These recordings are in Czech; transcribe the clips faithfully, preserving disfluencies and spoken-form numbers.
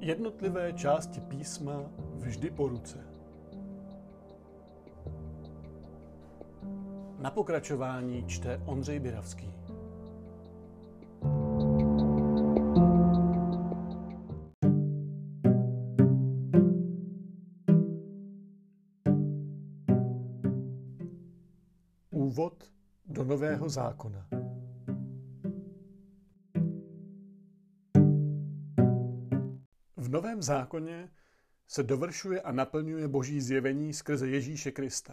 Jednotlivé části písma vždy po ruce. Na pokračování čte Ondřej Biravský. Úvod do Nového zákona. V Novém zákoně se dovršuje a naplňuje Boží zjevení skrze Ježíše Krista.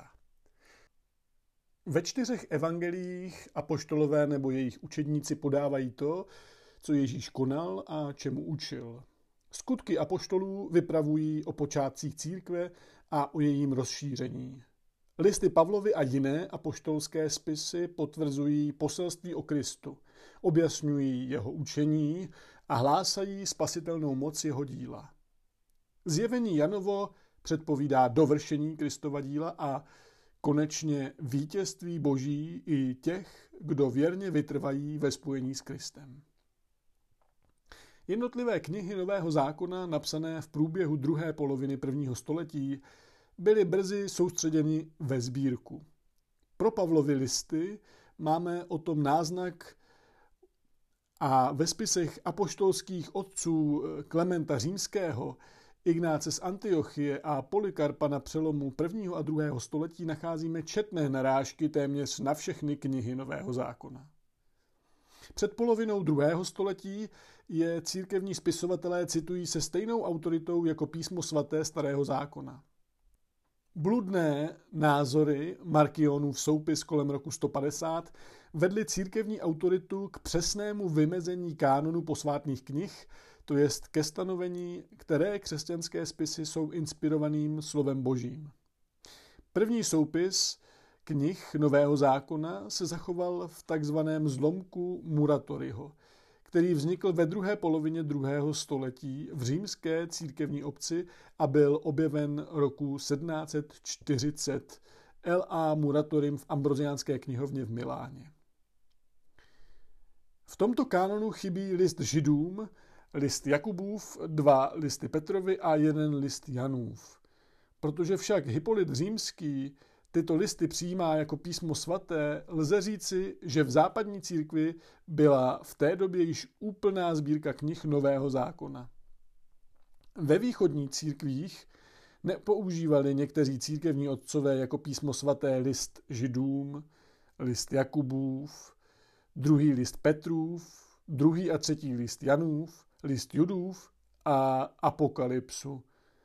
Ve čtyřech evangeliích apoštolové nebo jejich učedníci podávají to, co Ježíš konal a čemu učil. Skutky apoštolů vypravují o počátcích církve a o jejím rozšíření. Listy Pavlovy a jiné apoštolské spisy potvrzují poselství o Kristu, objasňují jeho učení a hlásají spasitelnou moc jeho díla. Zjevení Janovo předpovídá dovršení Kristova díla a konečně vítězství Boží i těch, kdo věrně vytrvají ve spojení s Kristem. Jednotlivé knihy Nového zákona, napsané v průběhu druhé poloviny prvního století, byly brzy soustředěny ve sbírku. Pro Pavlovy listy máme o tom náznak a ve spisech apoštolských otců Klementa Římského, Ignáce z Antiochie a Polykarpa na přelomu prvního a druhého století nacházíme četné narážky téměř na všechny knihy Nového zákona. Před polovinou druhého století je církevní spisovatelé citují se stejnou autoritou jako písmo svaté Starého zákona. Bludné názory Markionův soupis kolem roku sto padesát vedly církevní autoritu k přesnému vymezení kánonu posvátných knih, to jest ke stanovení, které křesťanské spisy jsou inspirovaným slovem Božím. První soupis knih Nového zákona se zachoval v takzvaném zlomku Muratoriho, který vznikl ve druhé polovině druhého století v římské církevní obci a byl objeven roku sedmnáct set čtyřicet L A Muratorim v Ambroziánské knihovně v Miláně. V tomto kánonu chybí list Židům, list Jakubův, dva listy Petrovi a jeden list Janův. Protože však Hypolit Římský tyto listy přijímá jako písmo svaté, lze říci, že v západní církvi byla v té době již úplná sbírka knih Nového zákona. Ve východních církvích nepoužívali někteří církevní otcové jako písmo svaté list Židům, list Jakubův, druhý list Petrův, druhý a třetí list Janův, list Judův a Apokalypsu.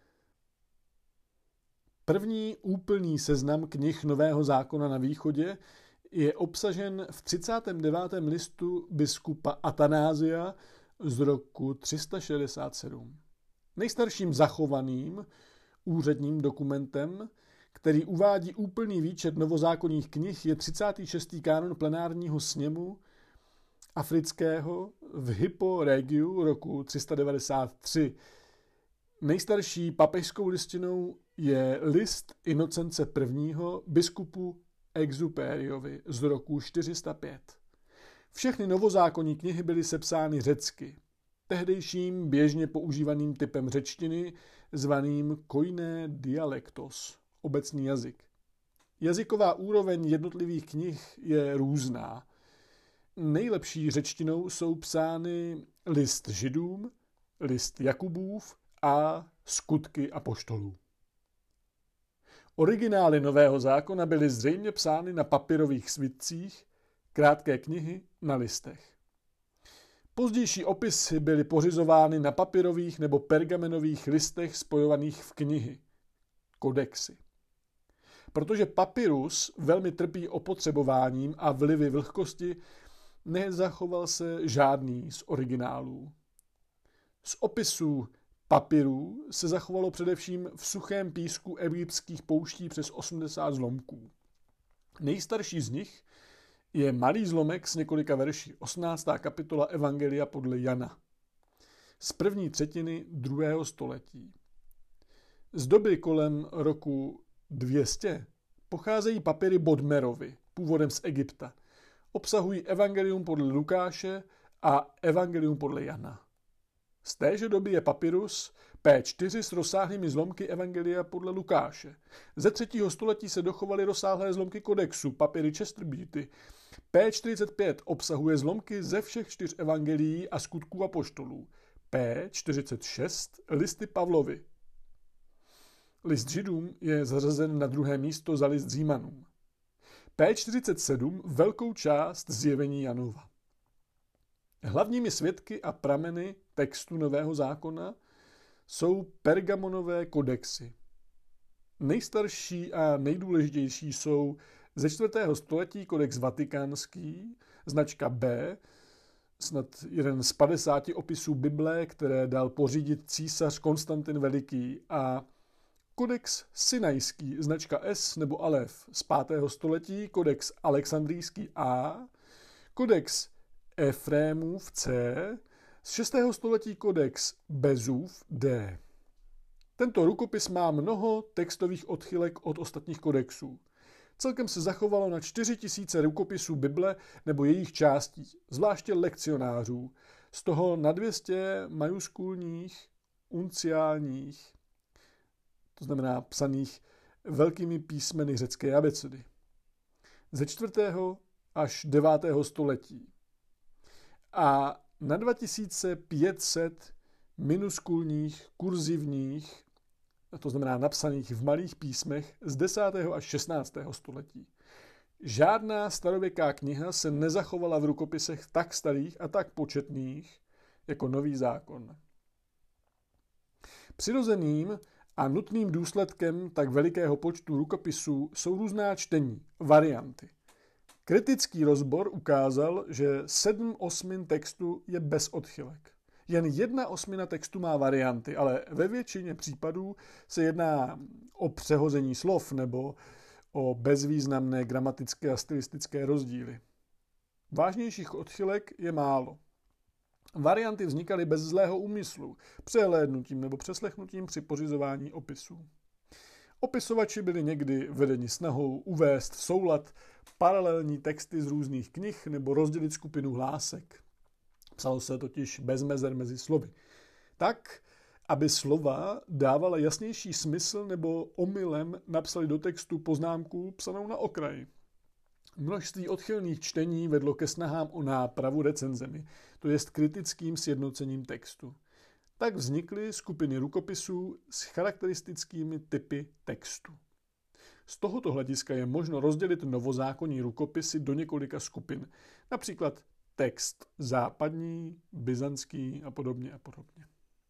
První úplný seznam knih Nového zákona na východě je obsažen v třicátém devátém listu biskupa Atanázia z roku tři sta šedesát sedm. Nejstarším zachovaným úředním dokumentem, který uvádí úplný výčet novozákonních knih, je třicátý šestý kánon plenárního sněmu afrického v Hippo Regiu roku tři sta devadesát tři. Nejstarší papežskou listinou je list Inocence I. biskupu Exuperiovi z roku čtyři sta pět. Všechny novozákonní knihy byly sepsány řecky, tehdejším běžně používaným typem řečtiny zvaným koiné dialektos, obecný jazyk. Jazyková úroveň jednotlivých knih je různá. Nejlepší řečtinou jsou psány list Židům, list Jakubův a skutky apoštolů. Originály Nového zákona byly zřejmě psány na papírových svitcích, krátké knihy na listech. Pozdější opisy byly pořizovány na papírových nebo pergamenových listech spojovaných v knihy, kodexy. Protože papyrus velmi trpí opotřebováním a vlivy vlhkosti, nezachoval se žádný z originálů. Z opisů papyrů se zachovalo především v suchém písku egyptských pouští přes osmdesát zlomků. Nejstarší z nich je malý zlomek s několika verši, osmnáctá kapitola Evangelia podle Jana, z první třetiny druhého století. Z doby kolem roku dvě stě pocházejí papíry Bodmerovi, původem z Egypta. Obsahují Evangelium podle Lukáše a Evangelium podle Jana. Z téže doby je papyrus P čtyři s rozsáhlými zlomky Evangelia podle Lukáše. Ze třetího století se dochovaly rozsáhlé zlomky kodexu, papíry Chester Beatty. P čtyřicet pět obsahuje zlomky ze všech čtyř evangelií a skutků apoštolů. P čtyřicet šest listy Pavlovy. List Židům je zařazen na druhé místo za list Římanům. P čtyřicet sedm velkou část zjevení Janova. Hlavními svědky a prameny textu Nového zákona jsou pergamonové kodexy. Nejstarší a nejdůležitější jsou ze čtvrtého století kodex vatikánský, značka B, snad jeden z padesáti opisů Bible, které dal pořídit císař Konstantin Veliký, a kodex sinajský, značka S nebo Alef z pátého století, kodex alexandrijský A, kodex Efrémův C, z šestého století kodex Bezův D. Tento rukopis má mnoho textových odchylek od ostatních kodexů. Celkem se zachovalo na čtyři tisíce rukopisů Bible nebo jejich částí, zvláště lekcionářů, z toho na dvě stě majuskulních, unciálních, to znamená psaných velkými písmeny řecké abecedy. Ze čtvrtého až devátého století. A na dva tisíce pět set minuskulních, kurzivních, to znamená napsaných v malých písmech, z desátého až šestnáctého století. Žádná starověká kniha se nezachovala v rukopisech tak starých a tak početných jako Nový zákon. Přirozeným a nutným důsledkem tak velikého počtu rukopisů jsou různá čtení, varianty. Kritický rozbor ukázal, že sedm osmin textu je bez odchylek. Jen jedna osmina textu má varianty, ale ve většině případů se jedná o přehození slov nebo o bezvýznamné gramatické a stylistické rozdíly. Vážnějších odchylek je málo. Varianty vznikaly bez zlého úmyslu, přehlédnutím nebo přeslechnutím při pořizování opisů. Opisovači byli někdy vedeni snahou uvést v soulad paralelní texty z různých knih nebo rozdělit skupinu hlásek. Psalo se totiž bez mezer mezi slovy. Tak, aby slova dávala jasnější smysl nebo omylem napsali do textu poznámku psanou na okraji. Množství odchylných čtení vedlo ke snahám o nápravu recenzemi, to jest kritickým sjednocením textu. Tak vznikly skupiny rukopisů s charakteristickými typy textu. Z tohoto hlediska je možno rozdělit novozákonní rukopisy do několika skupin, například text západní, byzantský a podobně a podobně.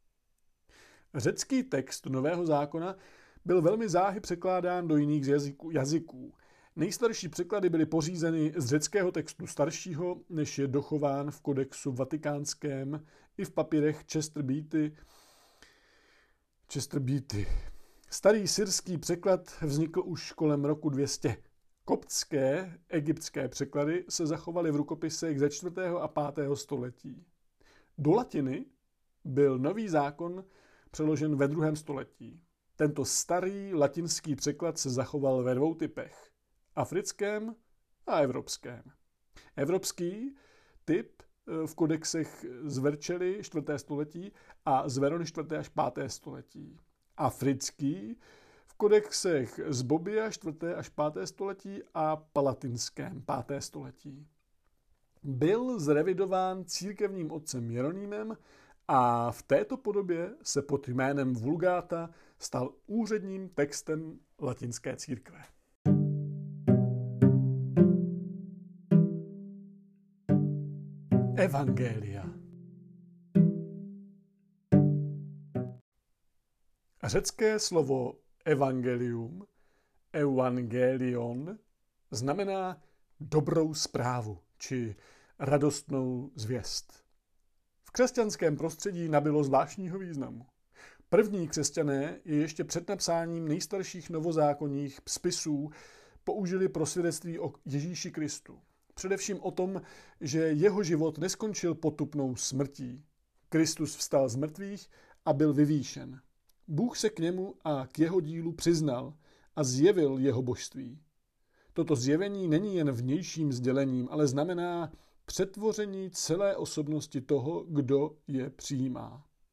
Řecký text Nového zákona byl velmi záhy překládán do jiných jazyků. Nejstarší překlady byly pořízeny z řeckého textu staršího, než je dochován v kodexu vatikánském i v papírech Chester Beatty. Chester Beatty. Starý syrský překlad vznikl už kolem roku dvě stě. Koptské, egyptské překlady se zachovaly v rukopisech ze čtvrtého a pátého století. Do latiny byl Nový zákon přeložen ve druhém století. Tento starý latinský překlad se zachoval ve dvou typech. Africkém a evropském. Evropský typ v kodexech z Vercelli čtvrté století a z Verony čtvrté až páté století. Africký v kodexech z Bobbia čtvrté až páté století a palatinském páté století. Byl zrevidován církevním otcem Jeronýmem a v této podobě se pod jménem Vulgáta stal úředním textem latinské církve. Evangelia. Řecké slovo evangelium, evangelion, znamená dobrou zprávu či radostnou zvěst. V křesťanském prostředí nabylo zvláštního významu. První křesťané je ještě před napsáním nejstarších novozákonních spisů použili pro svědectví o Ježíši Kristu. Především o tom, že jeho život neskončil potupnou smrtí. Kristus vstal z mrtvých a byl vyvýšen. Bůh se k němu a k jeho dílu přiznal a zjevil jeho božství. Toto zjevení není jen vnějším sdělením, ale znamená přetvoření celé osobnosti toho, kdo je přijímá.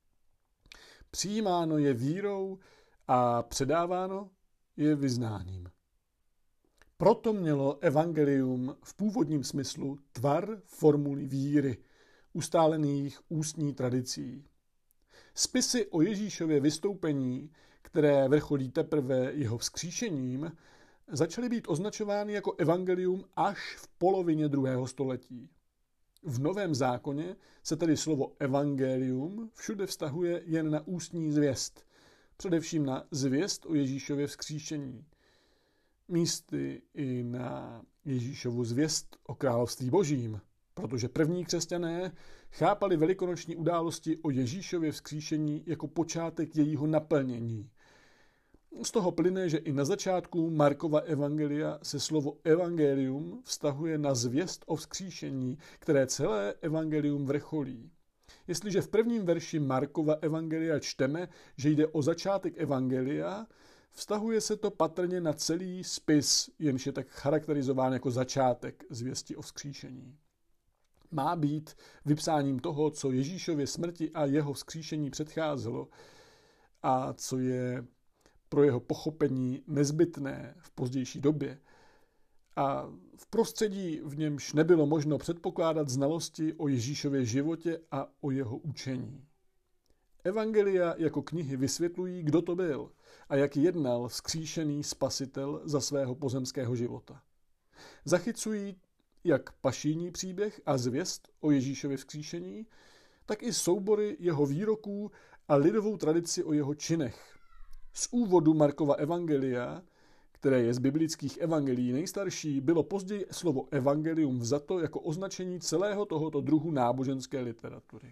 Přijímáno je vírou a předáváno je vyznáním. Proto mělo evangelium v původním smyslu tvar formuly víry, ustálených ústní tradicí. Spisy o Ježíšově vystoupení, které vrcholí teprve jeho vzkříšením, začaly být označovány jako evangelium až v polovině druhého století. V Novém zákoně se tedy slovo evangelium všude vztahuje jen na ústní zvěst, především na zvěst o Ježíšově vzkříšení. Místy i na Ježíšovu zvěst o království božím, protože první křesťané chápali velikonoční události o Ježíšově vzkříšení jako počátek jejího naplnění. Z toho plyne, že i na začátku Markova evangelia se slovo evangelium vztahuje na zvěst o vzkříšení, které celé evangelium vrcholí. Jestliže v prvním verši Markova evangelia čteme, že jde o začátek evangelia, vztahuje se to patrně na celý spis, jenž je tak charakterizován jako začátek zvěsti o vzkříšení. Má být vypsáním toho, co Ježíšově smrti a jeho vzkříšení předcházelo a co je pro jeho pochopení nezbytné v pozdější době. A v prostředí, v němž nebylo možno předpokládat znalosti o Ježíšově životě a o jeho učení. Evangelia jako knihy vysvětlují, kdo to byl a jak jednal vzkříšený spasitel za svého pozemského života. Zachycují jak pašijní příběh a zvěst o Ježíšově vzkříšení, tak i soubory jeho výroků a lidovou tradici o jeho činech. Z úvodu Markova evangelia, které je z biblických evangelií nejstarší, bylo později slovo evangelium vzato jako označení celého tohoto druhu náboženské literatury.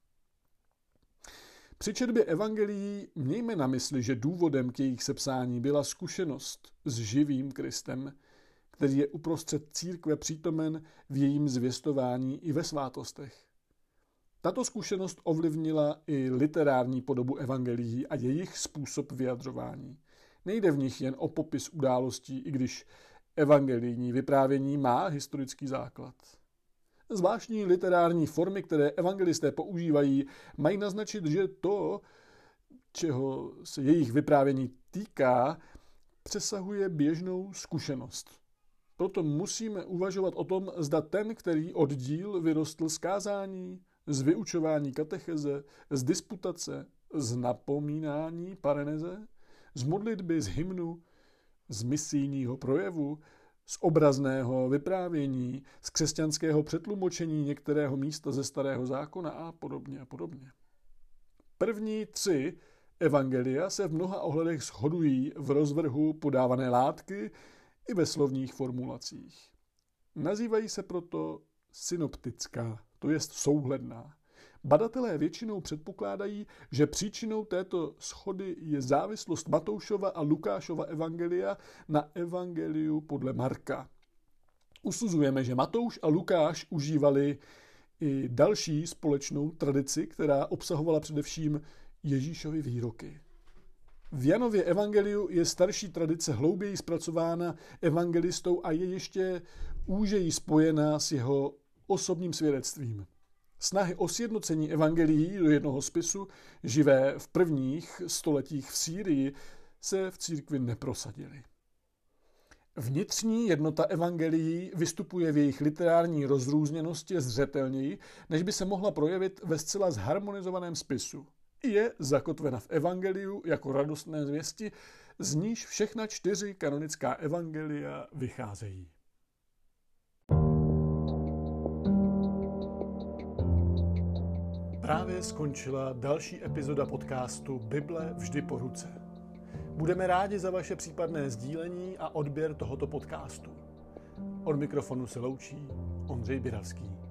Při četbě evangelií mějme na mysli, že důvodem k jejich sepsání byla zkušenost s živým Kristem, který je uprostřed církve přítomen v jejím zvěstování i ve svátostech. Tato zkušenost ovlivnila i literární podobu evangelií a jejich způsob vyjadřování. Nejde v nich jen o popis událostí, i když evangelijní vyprávění má historický základ. Zvláštní literární formy, které evangelisté používají, mají naznačit, že to, čeho se jejich vyprávění týká, přesahuje běžnou zkušenost. Proto musíme uvažovat o tom, zda ten, který oddíl vyrostl z kázání, z vyučování katecheze, z disputace, z napomínání pareneze, z modlitby, z hymnu, z misijního projevu, z obrazného vyprávění, z křesťanského přetlumočení některého místa ze Starého zákona a podobně a podobně. První tři evangelia se v mnoha ohledech shodují v rozvrhu podávané látky i ve slovních formulacích. Nazývají se proto synoptická, to jest souhledná. Badatelé většinou předpokládají, že příčinou této shody je závislost Matoušova a Lukášova evangelia na evangeliu podle Marka. Usuzujeme, že Matouš a Lukáš užívali i další společnou tradici, která obsahovala především Ježíšovy výroky. V Janově evangeliu je starší tradice hlouběji zpracována evangelistou a je ještě úžeji spojená s jeho osobním svědectvím. Snahy o sjednocení evangelií do jednoho spisu, živé v prvních stoletích v Sýrii, se v církvi neprosadily. Vnitřní jednota evangelií vystupuje v jejich literární rozrůzněnosti zřetelněji, než by se mohla projevit ve zcela zharmonizovaném spisu. Je zakotvena v evangeliu jako radostné zvěsti, z níž všechna čtyři kanonická evangelia vycházejí. Právě skončila další epizoda podcastu Bible vždy po ruce. Budeme rádi za vaše případné sdílení a odběr tohoto podcastu. Od mikrofonu se loučí Ondřej Biravský.